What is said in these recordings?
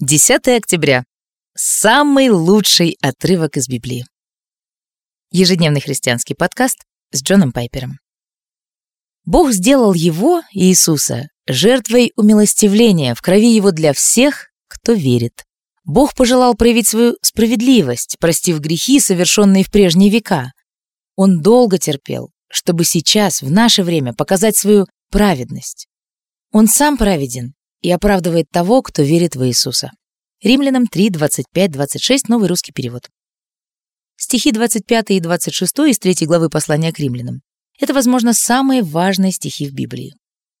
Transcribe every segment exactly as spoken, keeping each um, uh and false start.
десятое октября. Самый лучший отрывок из Библии. Ежедневный христианский подкаст с Джоном Пайпером. Бог сделал его, Иисуса, жертвой умилостивления в крови его для всех, кто верит. Бог пожелал проявить свою справедливость, простив грехи, совершенные в прежние века. Он долго терпел, чтобы сейчас, в наше время, показать свою праведность. Он сам праведен и оправдывает того, кто верит в Иисуса. Римлянам три, двадцать пять, двадцать шесть, новый русский перевод. Стихи двадцать пятый и двадцать шестой из третьей главы послания к римлянам. Это, возможно, самые важные стихи в Библии.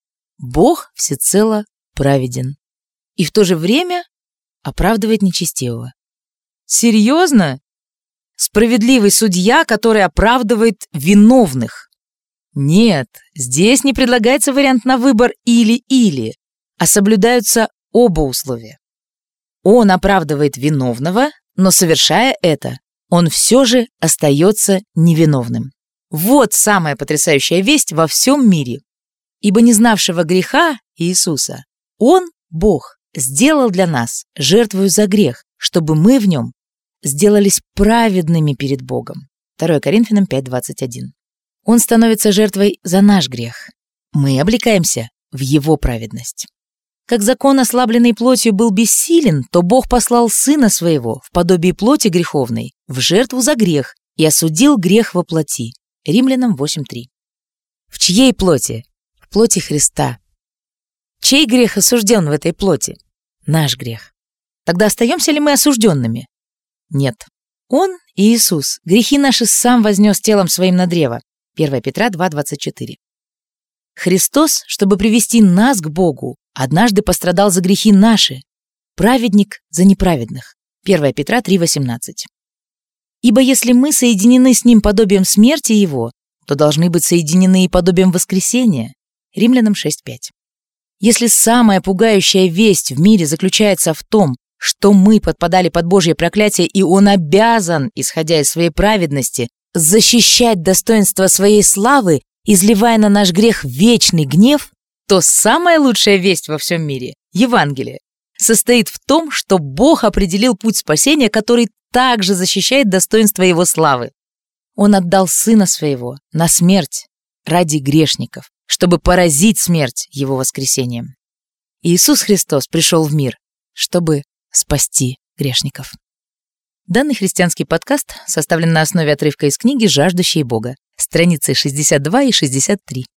Бог всецело праведен и в то же время оправдывает нечестивого. Серьезно? Справедливый судья, который оправдывает виновных? Нет, здесь не предлагается вариант на выбор или-или, а соблюдаются оба условия. Он оправдывает виновного, но, совершая это, он все же остается невиновным. Вот самая потрясающая весть во всем мире. Ибо не знавшего греха Иисуса Он, Бог, сделал для нас жертвою за грех, чтобы мы в нем сделались праведными перед Богом. второе Коринфянам пять, двадцать один. Он становится жертвой за наш грех. Мы облекаемся в Его праведность. Как закон, ослабленный плотью, был бессилен, то Бог послал Сына Своего в подобии плоти греховной в жертву за грех и осудил грех во плоти. Римлянам восемь, три. В чьей плоти? В плоти Христа. Чей грех осужден в этой плоти? Наш грех. Тогда остаемся ли мы осужденными? Нет. Он, Иисус, грехи наши сам вознес телом своим на древо. первое Петра два, двадцать четыре. Христос, чтобы привести нас к Богу, однажды пострадал за грехи наши, праведник за неправедных. первое Петра три, восемнадцать. Ибо если мы соединены с Ним подобием смерти Его, то должны быть соединены и подобием воскресения. Римлянам шесть, пять. Если самая пугающая весть в мире заключается в том, что мы подпадали под Божье проклятие, и Он обязан, исходя из своей праведности, защищать достоинство своей славы, изливая на наш грех вечный гнев, то самая лучшая весть во всем мире, Евангелие, состоит в том, что Бог определил путь спасения, который также защищает достоинство Его славы. Он отдал Сына Своего на смерть ради грешников, чтобы поразить смерть Его воскресением. Иисус Христос пришел в мир, чтобы спасти грешников. Данный христианский подкаст составлен на основе отрывка из книги «Жаждущие Бога», страницы шестьдесят два и шестьдесят три.